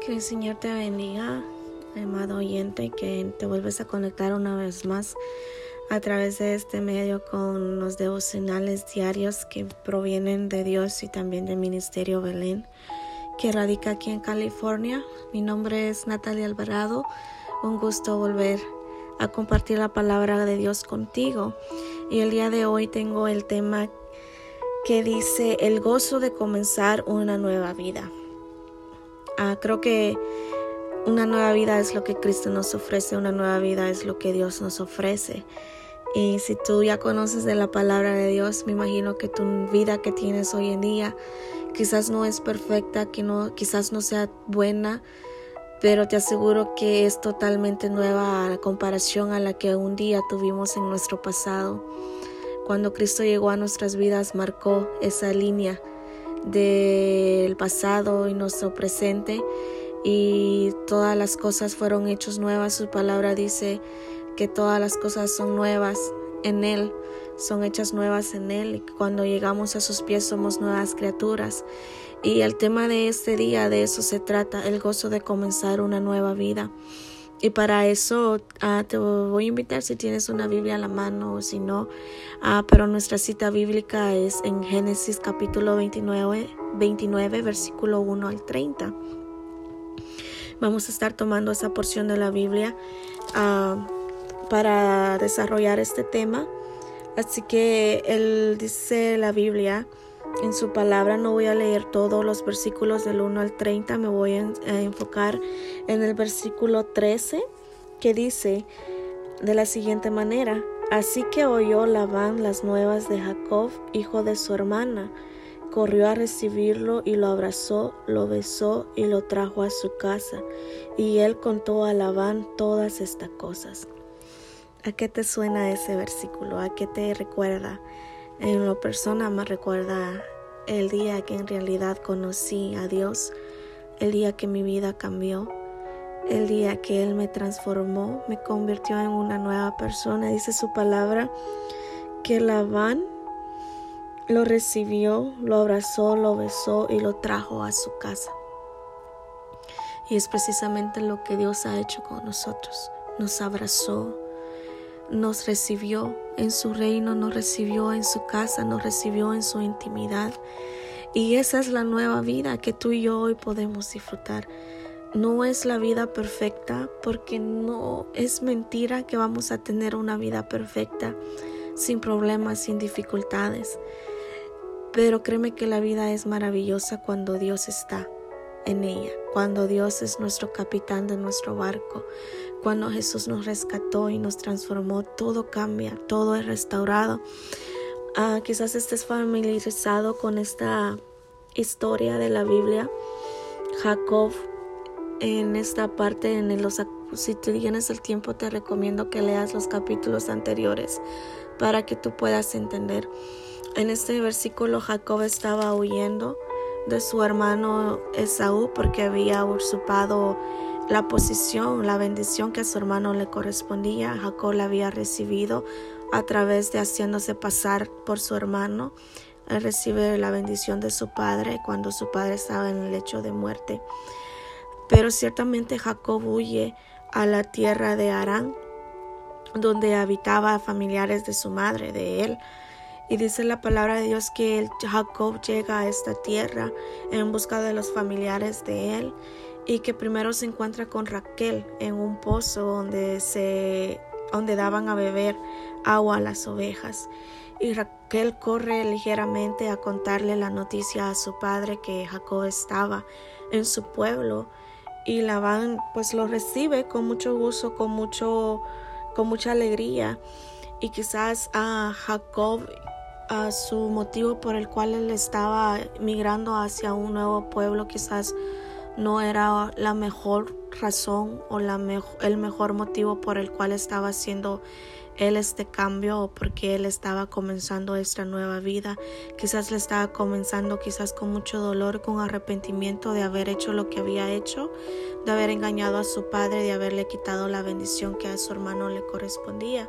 Que el Señor te bendiga, amado oyente, que te vuelves a conectar una vez más a través de este medio con los devocionales diarios que provienen de Dios y también del Ministerio Belén, que radica aquí en California. Mi nombre es Natalia Alvarado. Un gusto volver a compartir la palabra de Dios contigo. Y el día de hoy tengo el tema que dice el gozo de comenzar una nueva vida. Creo que una nueva vida es lo que Cristo nos ofrece, una nueva vida es lo que Dios nos ofrece. Y si tú ya conoces de la palabra de Dios, me imagino que tu vida que tienes hoy en día quizás no es perfecta, quizás no sea buena, pero te aseguro que es totalmente nueva a comparación a la que un día tuvimos en nuestro pasado. Cuando Cristo llegó a nuestras vidas, marcó esa línea del pasado y nuestro presente, y todas las cosas fueron hechas nuevas. Su palabra dice que todas las cosas son nuevas en Él, son hechas nuevas en Él, y cuando llegamos a sus pies somos nuevas criaturas. Y el tema de este día, de eso se trata, el gozo de comenzar una nueva vida. Y para eso te voy a invitar, si tienes una Biblia a la mano o si no, pero nuestra cita bíblica es en Génesis capítulo 29, versículo 1 al 30. Vamos a estar tomando esa porción de la Biblia para desarrollar este tema. Así que él dice la Biblia en su palabra. No voy a leer todos los versículos del 1 al 30, me voy a enfocar en el versículo 13, que dice de la siguiente manera: así que oyó Labán las nuevas de Jacob, hijo de su hermana, corrió a recibirlo y lo abrazó, lo besó y lo trajo a su casa, y él contó a Labán todas estas cosas. ¿A qué te suena ese versículo? ¿A qué te recuerda? En lo personal me recuerda el día que en realidad conocí a Dios, el día que mi vida cambió, el día que Él me transformó, me convirtió en una nueva persona. Dice su palabra que Labán lo recibió, lo abrazó, lo besó y lo trajo a su casa. Y es precisamente lo que Dios ha hecho con nosotros. Nos abrazó, nos recibió en su reino, nos recibió en su casa, nos recibió en su intimidad. Y esa es la nueva vida que tú y yo hoy podemos disfrutar. No es la vida perfecta, porque no es mentira que vamos a tener una vida perfecta, sin problemas, sin dificultades. Pero créeme que la vida es maravillosa cuando Dios está en ella, cuando Dios es nuestro capitán de nuestro barco, cuando Jesús nos rescató y nos transformó. Todo cambia, todo es restaurado. Quizás estés familiarizado con esta historia de la Biblia. Jacob, en esta parte, si tú tienes el tiempo, te recomiendo que leas los capítulos anteriores para que tú puedas entender. En este versículo, Jacob estaba huyendo de su hermano Esaú porque había usurpado la posición, la bendición que a su hermano le correspondía. Jacob la había recibido a través de haciéndose pasar por su hermano. Él recibe la bendición de su padre cuando su padre estaba en el lecho de muerte. Pero ciertamente Jacob huye a la tierra de Harán, donde habitaba familiares de su madre, de él. Y dice la palabra de Dios que Jacob llega a esta tierra en busca de los familiares de él, y que primero se encuentra con Raquel en un pozo donde daban a beber agua a las ovejas. Y Raquel corre ligeramente a contarle la noticia a su padre que Jacob estaba en su pueblo, y Labán pues lo recibe con mucho gusto, con mucha alegría. Y quizás a Jacob, su motivo por el cual él estaba migrando hacia un nuevo pueblo, quizás no era la mejor razón o el mejor motivo por el cual estaba haciendo él este cambio, o porque él estaba comenzando esta nueva vida. Quizás le estaba comenzando con mucho dolor, con arrepentimiento de haber hecho lo que había hecho, de haber engañado a su padre, de haberle quitado la bendición que a su hermano le correspondía.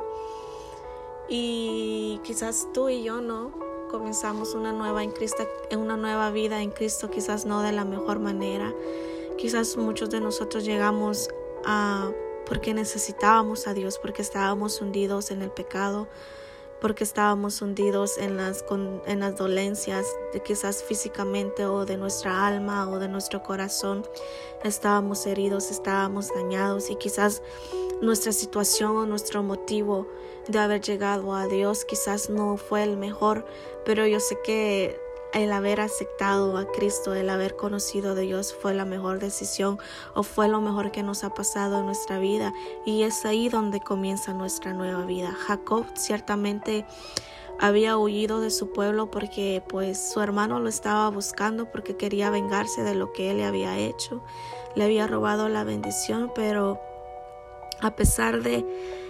Y quizás tú y yo no comenzamos una nueva vida en Cristo, quizás no de la mejor manera, Quizás muchos de nosotros llegamos porque necesitábamos a Dios, porque estábamos hundidos en el pecado, porque estábamos hundidos en las dolencias, quizás físicamente o de nuestra alma o de nuestro corazón. Estábamos heridos, estábamos dañados, y quizás nuestra situación o nuestro motivo de haber llegado a Dios quizás no fue el mejor, pero yo sé que el haber aceptado a Cristo, el haber conocido a Dios fue la mejor decisión, o fue lo mejor que nos ha pasado en nuestra vida, y es ahí donde comienza nuestra nueva vida. Jacob ciertamente había huido de su pueblo porque pues su hermano lo estaba buscando, porque quería vengarse de lo que él le había hecho, le había robado la bendición, pero a pesar de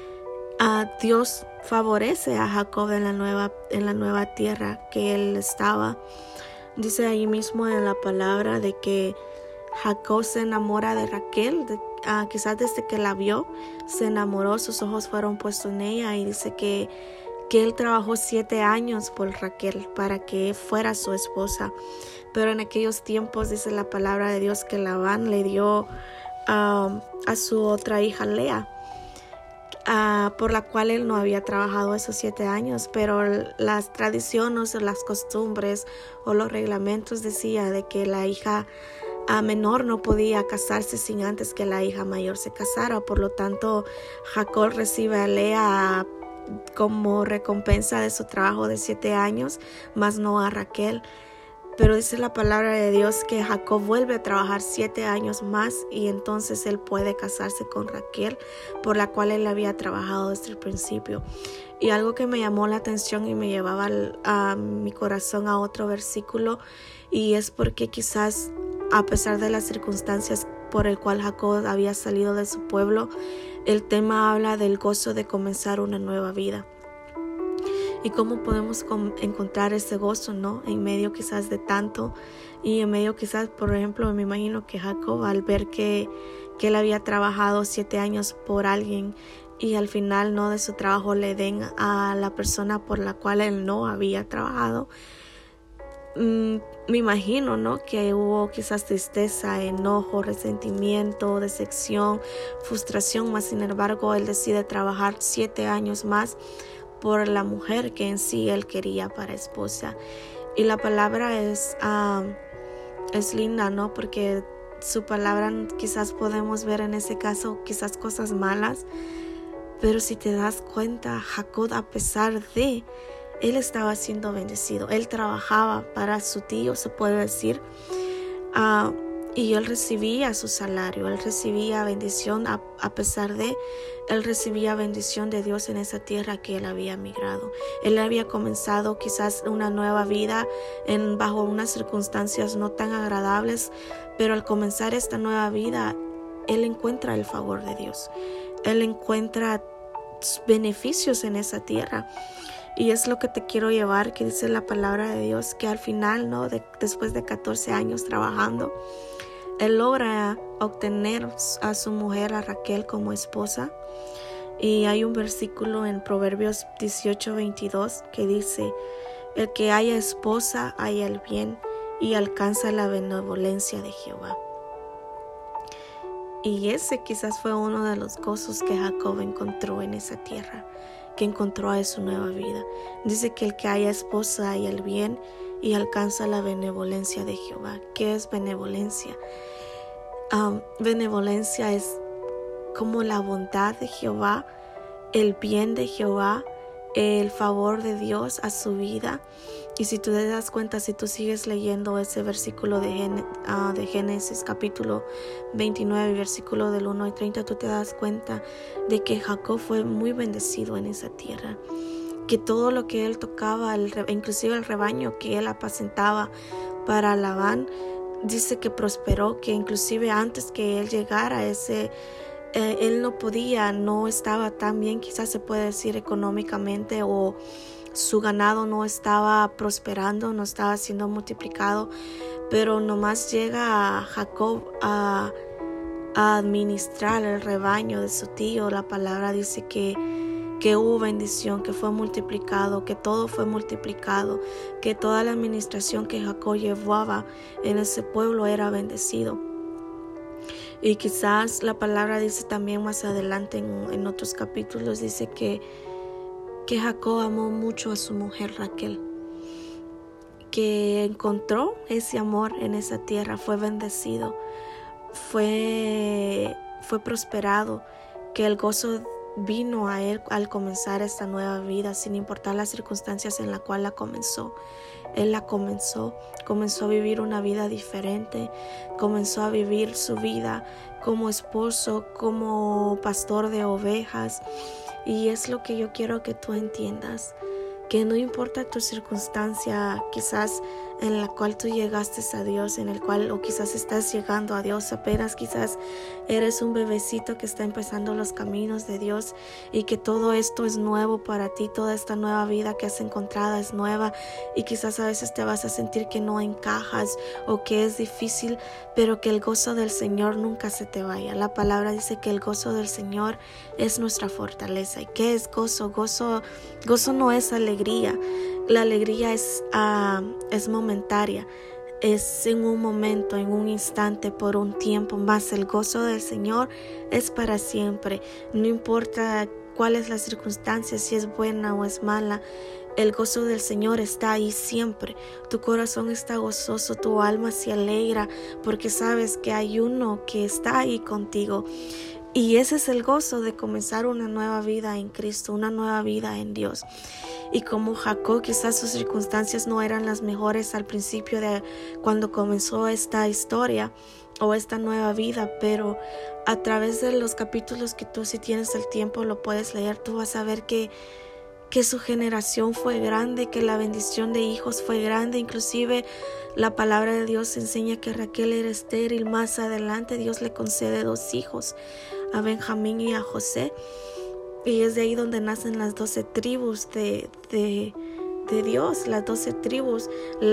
Dios favorece a Jacob en la nueva tierra que él estaba. Dice ahí mismo en la palabra de que Jacob se enamora de Raquel, quizás desde que la vio se enamoró, sus ojos fueron puestos en ella, y dice que él trabajó 7 años por Raquel para que fuera su esposa. Pero en aquellos tiempos dice la palabra de Dios que Labán le dio a su otra hija Lea, por la cual él no había trabajado esos 7 años, pero las tradiciones o las costumbres o los reglamentos decía de que la hija menor no podía casarse sin antes que la hija mayor se casara. Por lo tanto, Jacob recibe a Lea como recompensa de su trabajo de 7 años, mas no a Raquel. Pero dice la palabra de Dios que Jacob vuelve a trabajar 7 años más, y entonces él puede casarse con Raquel, por la cual él había trabajado desde el principio. Y algo que me llamó la atención y me llevaba a mi corazón a otro versículo, y es porque quizás a pesar de las circunstancias por el cual Jacob había salido de su pueblo, el tema habla del gozo de comenzar una nueva vida. Y cómo podemos encontrar ese gozo, ¿no? En medio quizás de tanto, y en medio quizás, por ejemplo, me imagino que Jacob, al ver que él había trabajado 7 años por alguien, y al final no de su trabajo le den a la persona por la cual él no había trabajado, me imagino, ¿no? Que hubo quizás tristeza, enojo, resentimiento, decepción, frustración, mas sin embargo él decide trabajar 7 años más por la mujer que en sí él quería para esposa. Y la palabra es linda, ¿no? Porque su palabra quizás podemos ver en ese caso quizás cosas malas, pero si te das cuenta, Jacob, a pesar de él estaba siendo bendecido, él trabajaba para su tío, se puede decir, y él recibía su salario, él recibía bendición, a pesar de él recibía bendición de Dios en esa tierra que él había migrado. Él había comenzado quizás una nueva vida bajo unas circunstancias no tan agradables, pero al comenzar esta nueva vida, él encuentra el favor de Dios, él encuentra beneficios en esa tierra. Y es lo que te quiero llevar, que dice la palabra de Dios, que al final, ¿no? Después de 14 años trabajando, él logra obtener a su mujer, a Raquel, como esposa. Y hay un versículo en Proverbios 18:22 que dice: el que haya esposa haya el bien y alcanza la benevolencia de Jehová. Y ese quizás fue uno de los gozos que Jacob encontró en esa tierra, que encontró a su nueva vida. Dice que el que haya esposa haya el bien y alcanza la benevolencia de Jehová. ¿Qué es benevolencia? Benevolencia es como la bondad de Jehová, el bien de Jehová, el favor de Dios a su vida. Y si tú te das cuenta, si tú sigues leyendo ese versículo de Génesis capítulo 29, versículo del 1 al 30, tú te das cuenta de que Jacob fue muy bendecido en esa tierra, que todo lo que él tocaba, inclusive el rebaño que él apacentaba para Labán, dice que prosperó, que inclusive antes que él llegara él no estaba tan bien, quizás se puede decir económicamente, o su ganado no estaba prosperando, no estaba siendo multiplicado, pero nomás llega a Jacob a administrar el rebaño de su tío. La palabra dice que hubo bendición, que fue multiplicado, que todo fue multiplicado, que toda la administración que Jacob llevaba en ese pueblo era bendecido. Y quizás la palabra dice también más adelante en otros capítulos, dice que Jacob amó mucho a su mujer Raquel, que encontró ese amor en esa tierra, fue bendecido, fue prosperado, que el gozo vino a él al comenzar esta nueva vida, sin importar las circunstancias en la cual la comenzó. Él la comenzó a vivir una vida diferente, comenzó a vivir su vida como esposo, como pastor de ovejas. Y es lo que yo quiero que tú entiendas, que no importa tu circunstancia quizás en la cual tú llegaste a Dios, en el cual o quizás estás llegando a Dios apenas, quizás eres un bebecito que está empezando los caminos de Dios y que todo esto es nuevo para ti, toda esta nueva vida que has encontrado es nueva y quizás a veces te vas a sentir que no encajas o que es difícil, pero que el gozo del Señor nunca se te vaya. La palabra dice que el gozo del Señor es nuestra fortaleza. ¿Y qué es gozo? Gozo no es alegría. La alegría es momentaria, es en un momento, en un instante, por un tiempo más. El gozo del Señor es para siempre. No importa cuál es la circunstancia, si es buena o es mala, el gozo del Señor está ahí siempre. Tu corazón está gozoso, tu alma se alegra porque sabes que hay uno que está ahí contigo. Y ese es el gozo de comenzar una nueva vida en Cristo, una nueva vida en Dios. Y como Jacob, quizás sus circunstancias no eran las mejores al principio de cuando comenzó esta historia o esta nueva vida, pero a través de los capítulos que tú, si tienes el tiempo, lo puedes leer, tú vas a ver que su generación fue grande, que la bendición de hijos fue grande. Inclusive la palabra de Dios enseña que Raquel era estéril. Más adelante Dios le concede 2 hijos, a Benjamín y a José, y es de ahí donde nacen las 12 tribus de Dios, las 12 tribus,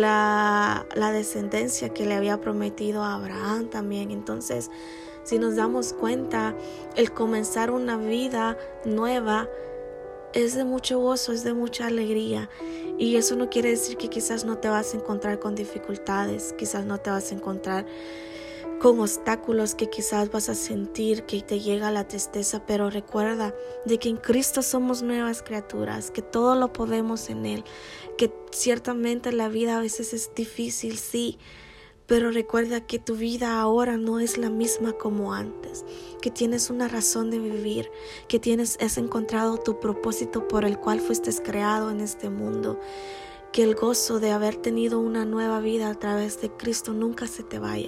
la descendencia que le había prometido a Abraham también. Entonces, si nos damos cuenta, el comenzar una vida nueva es de mucho gozo, es de mucha alegría. Y eso no quiere decir que quizás no te vas a encontrar con dificultades, quizás no te vas a encontrar con obstáculos, que quizás vas a sentir que te llega la tristeza, pero recuerda de que en Cristo somos nuevas criaturas, que todo lo podemos en Él, que ciertamente la vida a veces es difícil, sí, pero recuerda que tu vida ahora no es la misma como antes, que tienes una razón de vivir, que has encontrado tu propósito por el cual fuiste creado en este mundo, que el gozo de haber tenido una nueva vida a través de Cristo nunca se te vaya.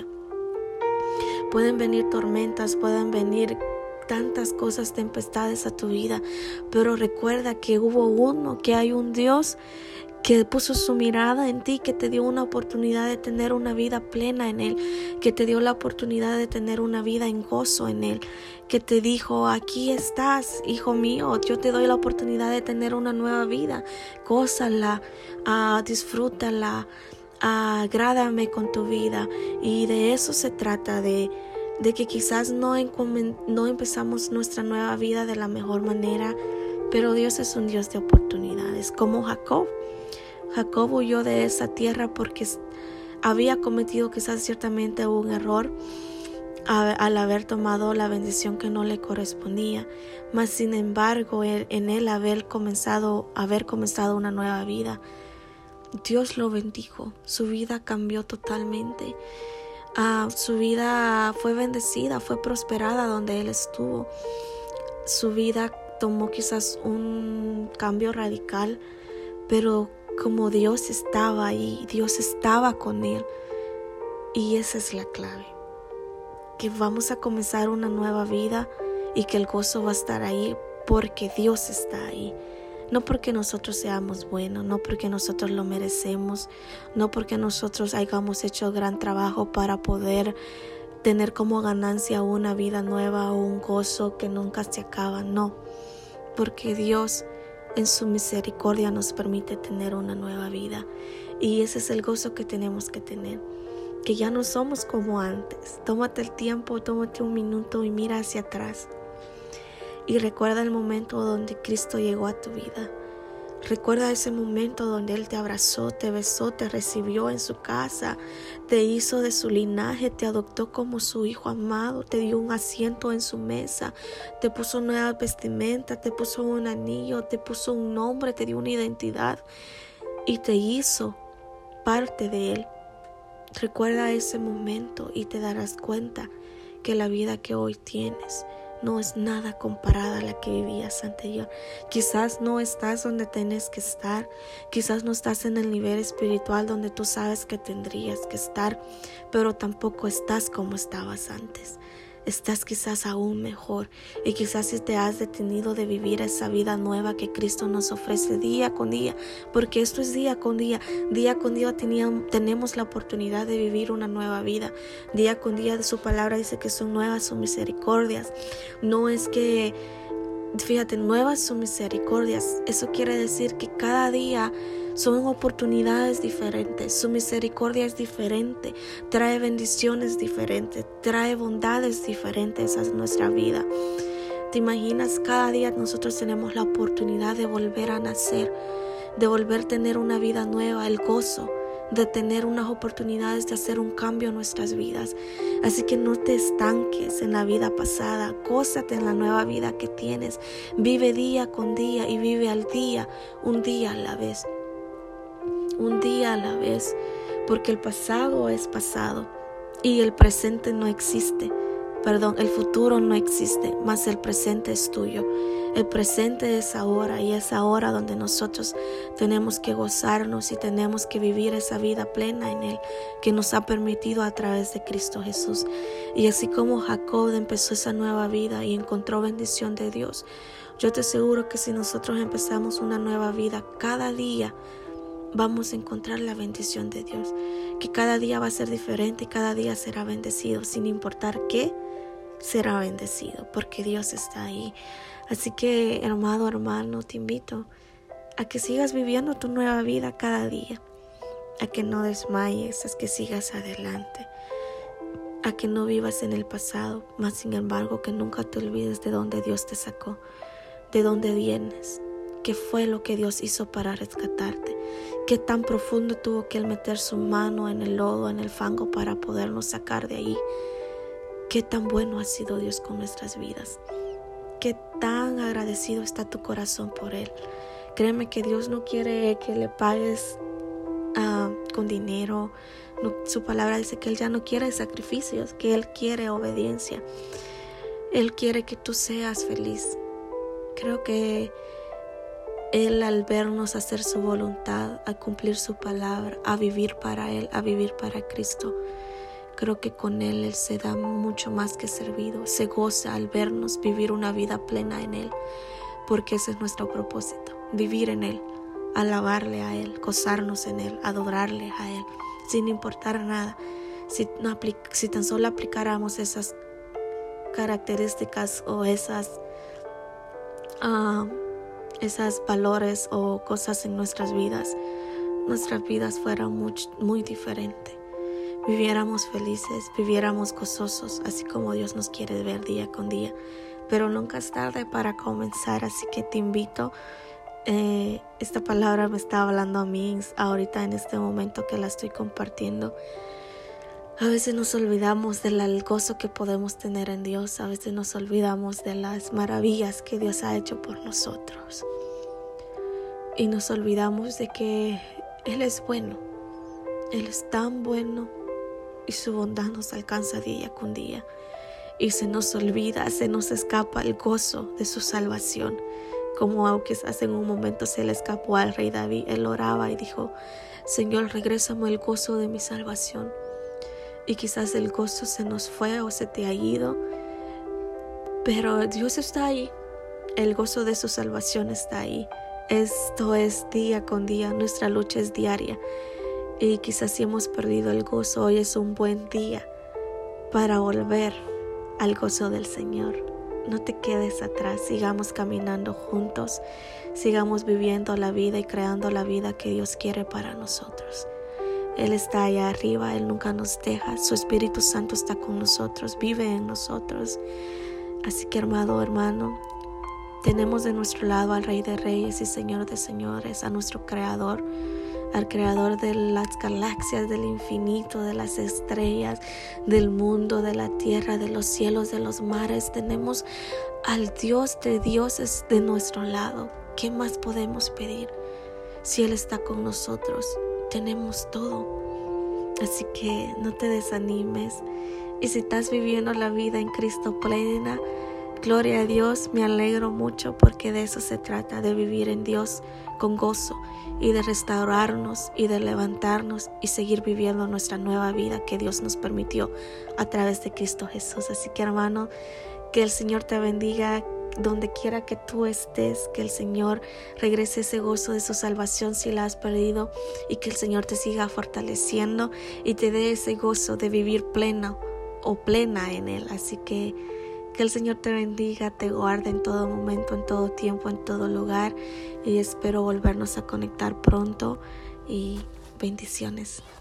Pueden venir tormentas, pueden venir tantas cosas, tempestades a tu vida, pero recuerda que hay un Dios que puso su mirada en ti, que te dio una oportunidad de tener una vida plena en Él, que te dio la oportunidad de tener una vida en gozo en Él, que te dijo: aquí estás, hijo mío, yo te doy la oportunidad de tener una nueva vida, gózala, disfrútala, agrádame con tu vida. Y de eso se trata, de que quizás no empezamos nuestra nueva vida de la mejor manera, pero Dios es un Dios de oportunidades. Como Jacob huyó de esa tierra porque había cometido quizás ciertamente un error al haber tomado la bendición que no le correspondía, mas sin embargo en él haber comenzado una nueva vida, Dios lo bendijo. Su vida cambió totalmente. Su vida fue bendecida, fue prosperada donde él estuvo. Su vida tomó quizás un cambio radical, pero como Dios estaba ahí, Dios estaba con él. Y esa es la clave, que vamos a comenzar una nueva vida y que el gozo va a estar ahí porque Dios está ahí. No porque nosotros seamos buenos, no porque nosotros lo merecemos, no porque nosotros hayamos hecho gran trabajo para poder tener como ganancia una vida nueva o un gozo que nunca se acaba, no, porque Dios en su misericordia nos permite tener una nueva vida. Y ese es el gozo que tenemos que tener, que ya no somos como antes. Tómate el tiempo, tómate un minuto y mira hacia atrás y recuerda el momento donde Cristo llegó a tu vida. Recuerda ese momento donde Él te abrazó, te besó, te recibió en su casa, te hizo de su linaje, te adoptó como su hijo amado, te dio un asiento en su mesa, te puso nueva vestimenta, te puso un anillo, te puso un nombre, te dio una identidad y te hizo parte de Él. Recuerda ese momento y te darás cuenta que la vida que hoy tienes no es nada comparada a la que vivías anterior. Quizás no estás donde tienes que estar, quizás no estás en el nivel espiritual donde tú sabes que tendrías que estar, pero tampoco estás como estabas antes. Estás quizás aún mejor y quizás si te has detenido de vivir esa vida nueva que Cristo nos ofrece día con día, porque esto es día con día tenemos la oportunidad de vivir una nueva vida. Día con día de su palabra dice que son nuevas sus misericordias. No es que, fíjate, nuevas sus misericordias. Eso quiere decir que cada día son oportunidades diferentes, su misericordia es diferente, trae bendiciones diferentes, trae bondades diferentes a nuestra vida. ¿Te imaginas? Cada día nosotros tenemos la oportunidad de volver a nacer, de volver a tener una vida nueva, el gozo de tener unas oportunidades de hacer un cambio en nuestras vidas. Así que no te estanques en la vida pasada, gózate en la nueva vida que tienes, vive día con día y vive al día, un día a la vez. Un día a la vez, porque el pasado es pasado y el presente no existe. El futuro no existe, mas el presente es tuyo. El presente es ahora y es ahora donde nosotros tenemos que gozarnos y tenemos que vivir esa vida plena en Él que nos ha permitido a través de Cristo Jesús. Y así como Jacob empezó esa nueva vida y encontró bendición de Dios, yo te aseguro que si nosotros empezamos una nueva vida cada día, vamos a encontrar la bendición de Dios, que cada día va a ser diferente y cada día será bendecido, sin importar qué, será bendecido, porque Dios está ahí. Así que, hermano, te invito a que sigas viviendo tu nueva vida cada día, a que no desmayes, a que sigas adelante, a que no vivas en el pasado, mas sin embargo que nunca te olvides de dónde Dios te sacó, de dónde vienes, qué fue lo que Dios hizo para rescatarte, qué tan profundo tuvo que Él meter su mano en el lodo, en el fango para podernos sacar de ahí, qué tan bueno ha sido Dios con nuestras vidas, qué tan agradecido está tu corazón por Él. Créeme que Dios no quiere que le pagues con dinero. No, su palabra dice que Él ya no quiere sacrificios, que Él quiere obediencia. Él quiere que tú seas feliz. Creo que Él, al vernos hacer su voluntad, a cumplir su palabra, a vivir para Él, a vivir para Cristo, creo que con Él se da mucho más que servido. Se goza al vernos vivir una vida plena en Él, porque ese es nuestro propósito, vivir en Él, alabarle a Él, gozarnos en Él, adorarle a Él, sin importar nada. Si tan solo aplicáramos esas características o esas valores o cosas en nuestras vidas fueran muy diferentes. Viviéramos felices, viviéramos gozosos, así como Dios nos quiere ver día con día. Pero nunca es tarde para comenzar, así que te invito. Esta palabra me está hablando a mí ahorita en este momento que la estoy compartiendo. A veces nos olvidamos del gozo que podemos tener en Dios. A veces nos olvidamos de las maravillas que Dios ha hecho por nosotros. Y nos olvidamos de que Él es bueno. Él es tan bueno y su bondad nos alcanza día con día. Y se nos olvida, se nos escapa el gozo de su salvación. Como quizás en un momento se le escapó al rey David. Él oraba y dijo: Señor, regrésame el gozo de mi salvación. Y quizás el gozo se nos fue o se te ha ido, pero Dios está ahí. El gozo de su salvación está ahí. Esto es día con día, nuestra lucha es diaria. Y quizás si hemos perdido el gozo, hoy es un buen día para volver al gozo del Señor. No te quedes atrás, sigamos caminando juntos, sigamos viviendo la vida y creando la vida que Dios quiere para nosotros. Él está allá arriba, Él nunca nos deja, su Espíritu Santo está con nosotros, vive en nosotros. Así que hermano, tenemos de nuestro lado al Rey de Reyes y Señor de Señores, a nuestro Creador, al Creador de las galaxias, del infinito, de las estrellas, del mundo, de la tierra, de los cielos, de los mares. Tenemos al Dios de dioses de nuestro lado. ¿Qué más podemos pedir? Si Él está con nosotros, tenemos todo. Así que no te desanimes. Y si estás viviendo la vida en Cristo plena, gloria a Dios, me alegro mucho, porque de eso se trata, de vivir en Dios con gozo y de restaurarnos y de levantarnos y seguir viviendo nuestra nueva vida que Dios nos permitió a través de Cristo Jesús. Así que, hermano, que el Señor te bendiga donde quiera que tú estés, que el Señor regrese ese gozo de su salvación si la has perdido, y que el Señor te siga fortaleciendo y te dé ese gozo de vivir pleno o plena en Él. Así que el Señor te bendiga, te guarde en todo momento, en todo tiempo, en todo lugar, y espero volvernos a conectar pronto, y bendiciones.